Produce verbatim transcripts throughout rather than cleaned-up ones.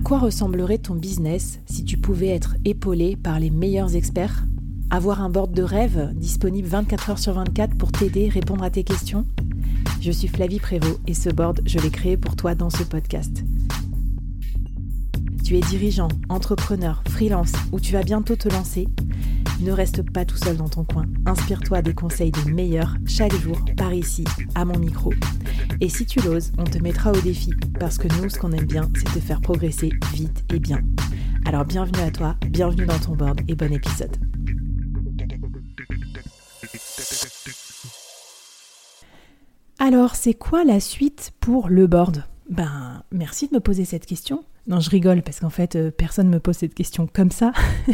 quoi ressemblerait ton business si tu pouvais être épaulé par les meilleurs experts ? Avoir un board de rêve disponible vingt-quatre heures sur vingt-quatre pour t'aider, répondre à tes questions ? Je suis Flavie Prévost et ce board, je l'ai créé pour toi dans ce podcast. Tu es dirigeant, entrepreneur, freelance ou tu vas bientôt te lancer ? Ne reste pas tout seul dans ton coin. Inspire-toi des conseils des meilleurs chaque jour par ici, à mon micro. Et si tu l'oses, on te mettra au défi parce que nous, ce qu'on aime bien, c'est te faire progresser vite et bien. Alors bienvenue à toi, bienvenue dans ton board et bon épisode. Alors, c'est quoi la suite pour le board ? Ben, merci de me poser cette question. Non, je rigole parce qu'en fait, euh, personne ne me pose cette question comme ça.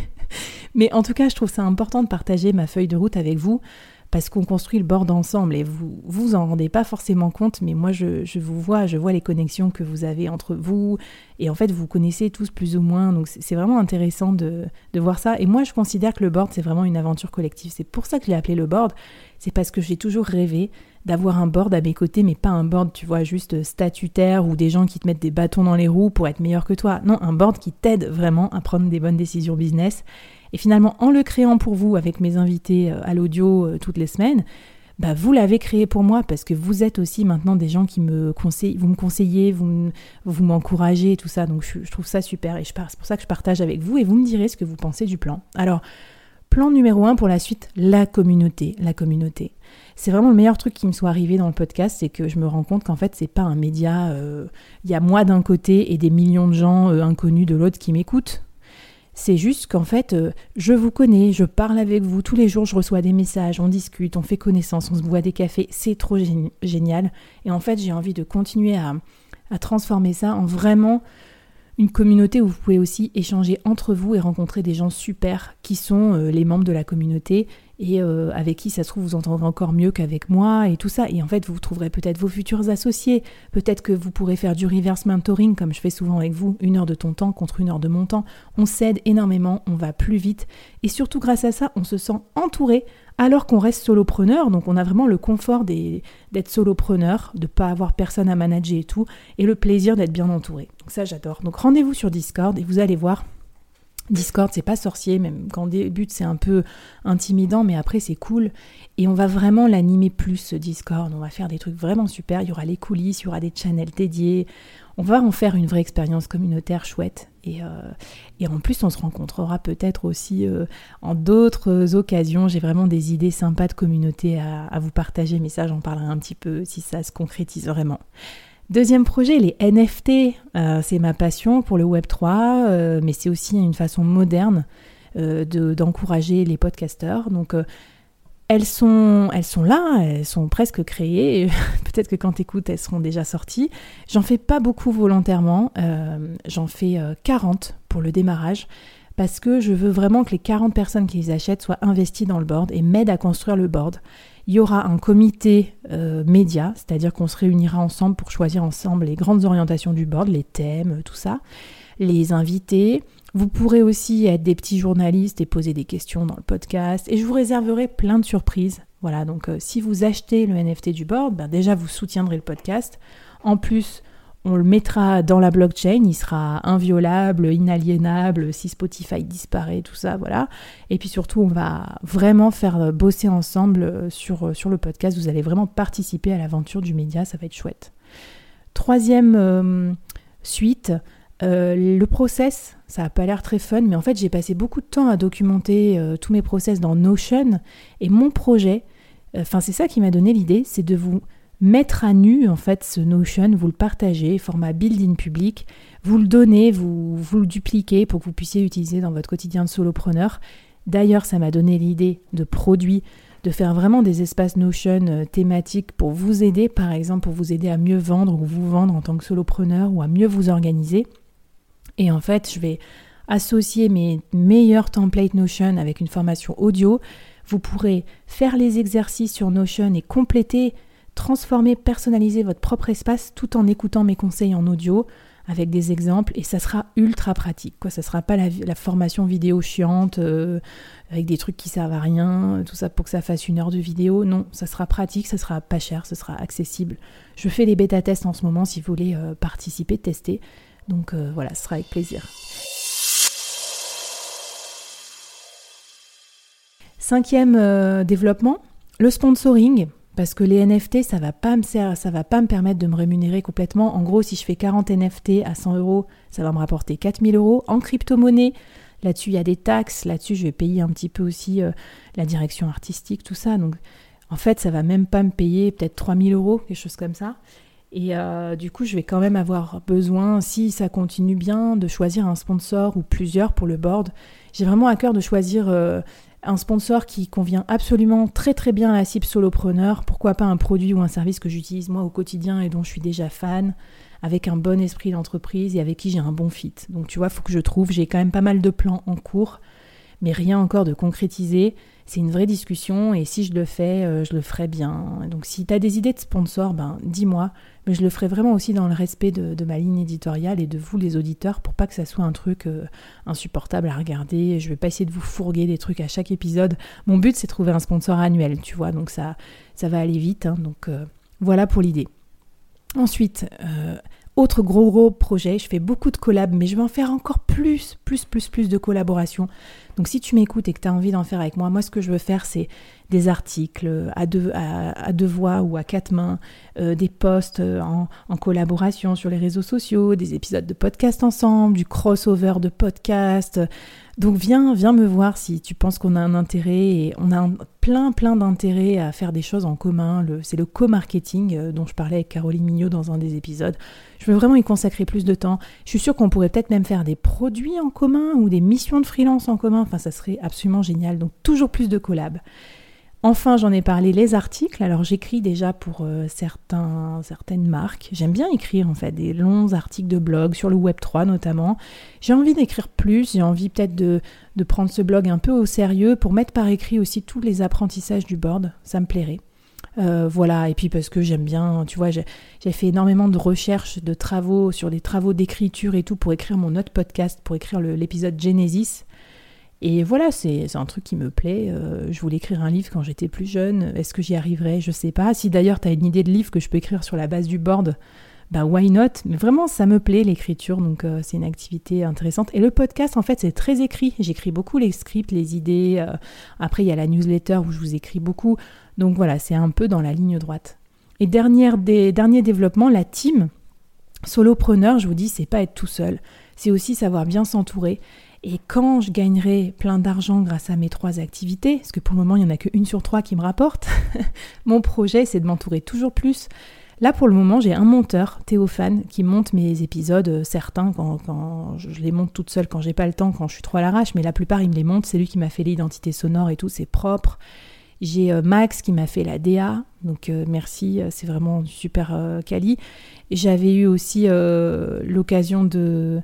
Mais en tout cas, je trouve ça important de partager ma feuille de route avec vous parce qu'on construit le board ensemble et vous vous en rendez pas forcément compte, mais moi, je, je vous vois, je vois les connexions que vous avez entre vous et en fait, vous connaissez tous plus ou moins, donc c'est, c'est vraiment intéressant de, de voir ça. Et moi, je considère que le board, c'est vraiment une aventure collective. C'est pour ça que je l'ai appelé le board, c'est parce que j'ai toujours rêvé d'avoir un board à mes côtés, mais pas un board, tu vois, juste statutaire ou des gens qui te mettent des bâtons dans les roues pour être meilleur que toi. Non, un board qui t'aide vraiment à prendre des bonnes décisions business. Et finalement, en le créant pour vous avec mes invités à l'audio toutes les semaines, bah vous l'avez créé pour moi parce que vous êtes aussi maintenant des gens qui me conseillent, vous me conseillez, vous, me, vous m'encouragez et tout ça. Donc je, je trouve ça super et je, c'est pour ça que je partage avec vous et vous me direz ce que vous pensez du plan. Alors, plan numéro un pour la suite, la communauté. La communauté. C'est vraiment le meilleur truc qui me soit arrivé dans le podcast, c'est que je me rends compte qu'en fait, c'est pas un média, euh, il y a moi d'un côté et des millions de gens euh, inconnus de l'autre qui m'écoutent. C'est juste qu'en fait, euh, je vous connais, je parle avec vous, tous les jours je reçois des messages, on discute, on fait connaissance, on se boit des cafés, c'est trop gé- génial. Et en fait, j'ai envie de continuer à, à transformer ça en vraiment une communauté où vous pouvez aussi échanger entre vous et rencontrer des gens super qui sont euh, les membres de la communauté et euh, avec qui ça se trouve vous entendrez encore mieux qu'avec moi et tout ça. Et en fait, vous trouverez peut-être vos futurs associés, peut-être que vous pourrez faire du reverse mentoring comme je fais souvent avec vous, une heure de ton temps contre une heure de mon temps. On s'aide énormément, on va plus vite et surtout grâce à ça, on se sent entouré alors qu'on reste solopreneur. Donc on a vraiment le confort des, d'être solopreneur, de ne pas avoir personne à manager et tout, et le plaisir d'être bien entouré. Donc ça, j'adore. Donc rendez-vous sur Discord et vous allez voir. Discord, c'est pas sorcier, même quand on débute, c'est un peu intimidant, mais après, c'est cool. Et on va vraiment l'animer plus, ce Discord. On va faire des trucs vraiment super. Il y aura les coulisses, il y aura des channels dédiés. On va en faire une vraie expérience communautaire chouette. Et, euh, et en plus, on se rencontrera peut-être aussi euh, en d'autres occasions. J'ai vraiment des idées sympas de communauté à, à vous partager, mais ça, j'en parlerai un petit peu si ça se concrétise vraiment. Deuxième projet, les N F T, euh, c'est ma passion pour le web trois, euh, mais c'est aussi une façon moderne euh, de, d'encourager les podcasteurs. Donc, euh, elles sont, elles sont là, elles sont presque créées. Peut-être que quand tu écoutes, elles seront déjà sorties. J'en fais pas beaucoup volontairement, euh, j'en fais euh, quarante pour le démarrage, parce que je veux vraiment que les quarante personnes qui les achètent soient investies dans le board et m'aident à construire le board. Il y aura un comité euh, média, c'est-à-dire qu'on se réunira ensemble pour choisir ensemble les grandes orientations du board, les thèmes, tout ça, les invités. Vous pourrez aussi être des petits journalistes et poser des questions dans le podcast. Et je vous réserverai plein de surprises. Voilà, donc euh, si vous achetez le N F T du board, ben déjà vous soutiendrez le podcast. En plus, on le mettra dans la blockchain, il sera inviolable, inaliénable, si Spotify disparaît, tout ça, voilà. Et puis surtout, on va vraiment faire bosser ensemble sur, sur le podcast. Vous allez vraiment participer à l'aventure du média, ça va être chouette. Troisième euh, suite, euh, le process, ça n'a pas l'air très fun, mais en fait, j'ai passé beaucoup de temps à documenter euh, tous mes process dans Notion. Et mon projet, enfin, euh, c'est ça qui m'a donné l'idée, c'est de vous mettre à nu, en fait, ce Notion, vous le partagez, format build-in public, vous le donnez, vous, vous le dupliquez pour que vous puissiez l'utiliser dans votre quotidien de solopreneur. D'ailleurs, ça m'a donné l'idée de produits, de faire vraiment des espaces Notion euh, thématiques pour vous aider, par exemple, pour vous aider à mieux vendre ou vous vendre en tant que solopreneur ou à mieux vous organiser. Et en fait, je vais associer mes meilleurs templates Notion avec une formation audio. Vous pourrez faire les exercices sur Notion et compléter, transformer, personnaliser votre propre espace tout en écoutant mes conseils en audio avec des exemples et ça sera ultra pratique, quoi. Ça sera pas la, la formation vidéo chiante euh, avec des trucs qui servent à rien, tout ça pour que ça fasse une heure de vidéo. Non, ça sera pratique, ça sera pas cher, ça sera accessible. Je fais les bêta-tests en ce moment si vous voulez euh, participer, tester. Donc euh, voilà, ce sera avec plaisir. Cinquième euh, développement, le sponsoring. Parce que les N F T, ça va pas me ser- ça va pas me permettre de me rémunérer complètement. En gros, si je fais quarante N F T à cent euros, ça va me rapporter quatre mille euros. En crypto-monnaie, là-dessus, il y a des taxes. Là-dessus, je vais payer un petit peu aussi euh, la direction artistique, tout ça. Donc, en fait, ça va même pas me payer peut-être trois mille euros, quelque chose comme ça. Et euh, du coup, je vais quand même avoir besoin, si ça continue bien, de choisir un sponsor ou plusieurs pour le board. J'ai vraiment à cœur de choisir... Euh, un sponsor qui convient absolument très très bien à la cible solopreneur, pourquoi pas un produit ou un service que j'utilise moi au quotidien et dont je suis déjà fan, avec un bon esprit d'entreprise et avec qui j'ai un bon fit. Donc tu vois, il faut que je trouve, j'ai quand même pas mal de plans en cours, mais rien encore de concrétisé. C'est une vraie discussion et si je le fais, euh, je le ferai bien. Donc si tu as des idées de sponsors, ben dis-moi, mais je le ferai vraiment aussi dans le respect de, de ma ligne éditoriale et de vous les auditeurs pour pas que ça soit un truc euh, insupportable à regarder. Je vais pas essayer de vous fourguer des trucs à chaque épisode. Mon but c'est de trouver un sponsor annuel, tu vois, donc ça, ça va aller vite. Hein, donc euh, voilà pour l'idée. Ensuite, euh, autre gros gros projet, je fais beaucoup de collabs, mais je vais en faire encore plus, plus, plus, plus de collaborations. Donc si tu m'écoutes et que tu as envie d'en faire avec moi, moi ce que je veux faire c'est des articles à deux, à, à deux voix ou à quatre mains, euh, des posts en, en collaboration sur les réseaux sociaux, des épisodes de podcast ensemble, du crossover de podcast. Donc viens, viens me voir si tu penses qu'on a un intérêt et on a un, plein plein d'intérêt à faire des choses en commun. Le, c'est le co-marketing euh, dont je parlais avec Caroline Mignot dans un des épisodes. Je veux vraiment y consacrer plus de temps. Je suis sûre qu'on pourrait peut-être même faire des produits en commun ou des missions de freelance en commun. Enfin, ça serait absolument génial. Donc toujours plus de collabs. Enfin, j'en ai parlé, les articles. Alors, j'écris déjà pour euh, certains, certaines marques. J'aime bien écrire, en fait, des longs articles de blog, sur le web trois notamment. J'ai envie d'écrire plus. J'ai envie peut-être de, de prendre ce blog un peu au sérieux pour mettre par écrit aussi tous les apprentissages du board. Ça me plairait. Euh, voilà, et puis parce que j'aime bien, tu vois, j'ai, j'ai fait énormément de recherches, de travaux, sur des travaux d'écriture et tout, pour écrire mon autre podcast, pour écrire le, l'épisode Genesis. Et voilà, c'est, c'est un truc qui me plaît. Euh, je voulais écrire un livre quand j'étais plus jeune. Est-ce que j'y arriverai ? Je sais pas. Si d'ailleurs tu as une idée de livre que je peux écrire sur la base du board, bah why not ? Mais vraiment, ça me plaît l'écriture, donc euh, c'est une activité intéressante. Et le podcast, en fait, c'est très écrit. J'écris beaucoup les scripts, les idées. Euh, après, il y a la newsletter où je vous écris beaucoup. Donc voilà, c'est un peu dans la ligne droite. Et dernière des, dernier développement, la team. Solopreneur, je vous dis, c'est pas être tout seul. C'est aussi savoir bien s'entourer. Et quand je gagnerai plein d'argent grâce à mes trois activités, parce que pour le moment, il n'y en a qu'une sur trois qui me rapporte, mon projet, c'est de m'entourer toujours plus. Là, pour le moment, j'ai un monteur, Théophane, qui monte mes épisodes, certains, quand, quand je les monte toute seule, quand j'ai pas le temps, quand je suis trop à l'arrache, mais la plupart, il me les monte. C'est lui qui m'a fait l'identité sonore et tout, c'est propre. J'ai euh, Max qui m'a fait la D A, donc euh, merci, c'est vraiment du super euh, quali. J'avais eu aussi euh, l'occasion de...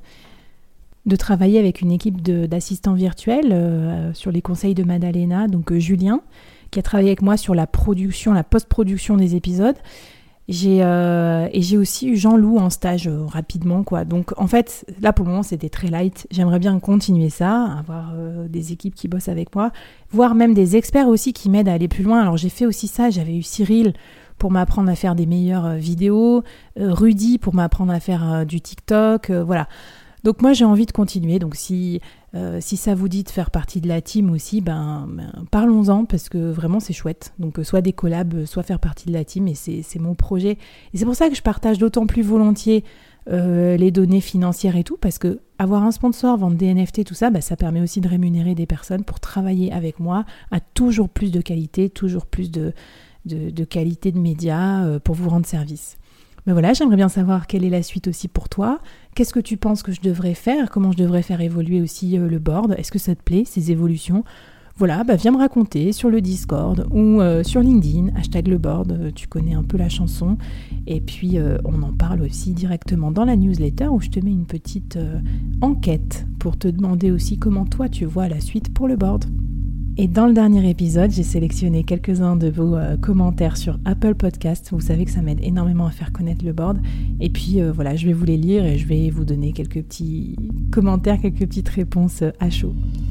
de travailler avec une équipe de, d'assistants virtuels euh, sur les conseils de Madalena, donc euh, Julien, qui a travaillé avec moi sur la production, la post-production des épisodes. J'ai, euh, et j'ai aussi eu Jean-Loup en stage euh, rapidement, quoi. Donc en fait, là pour le moment, c'était très light. J'aimerais bien continuer ça, avoir euh, des équipes qui bossent avec moi, voire même des experts aussi qui m'aident à aller plus loin. Alors j'ai fait aussi ça, j'avais eu Cyril pour m'apprendre à faire des meilleures euh, vidéos, euh, Rudy pour m'apprendre à faire euh, du TikTok, euh, voilà. Donc moi j'ai envie de continuer, donc si, euh, si ça vous dit de faire partie de la team aussi, ben, ben parlons-en parce que vraiment c'est chouette. Donc euh, soit des collabs, soit faire partie de la team et c'est, c'est mon projet. Et c'est pour ça que je partage d'autant plus volontiers euh, les données financières et tout, parce que avoir un sponsor, vendre des N F T, tout ça, ben, ça permet aussi de rémunérer des personnes pour travailler avec moi à toujours plus de qualité, toujours plus de, de, de qualité de médias euh, pour vous rendre service. Mais voilà, j'aimerais bien savoir quelle est la suite aussi pour toi. Qu'est-ce que tu penses que je devrais faire ? Comment je devrais faire évoluer aussi euh, le board ? Est-ce que ça te plaît, ces évolutions ? Voilà, bah viens me raconter sur le Discord ou euh, sur LinkedIn, hashtag le board, euh, tu connais un peu la chanson. Et puis, euh, on en parle aussi directement dans la newsletter où je te mets une petite euh, enquête pour te demander aussi comment toi tu vois la suite pour le board. Et dans le dernier épisode, j'ai sélectionné quelques-uns de vos euh, commentaires sur Apple Podcast. Vous savez que ça m'aide énormément à faire connaître le board. Et puis euh, voilà, je vais vous les lire et je vais vous donner quelques petits commentaires, quelques petites réponses à chaud.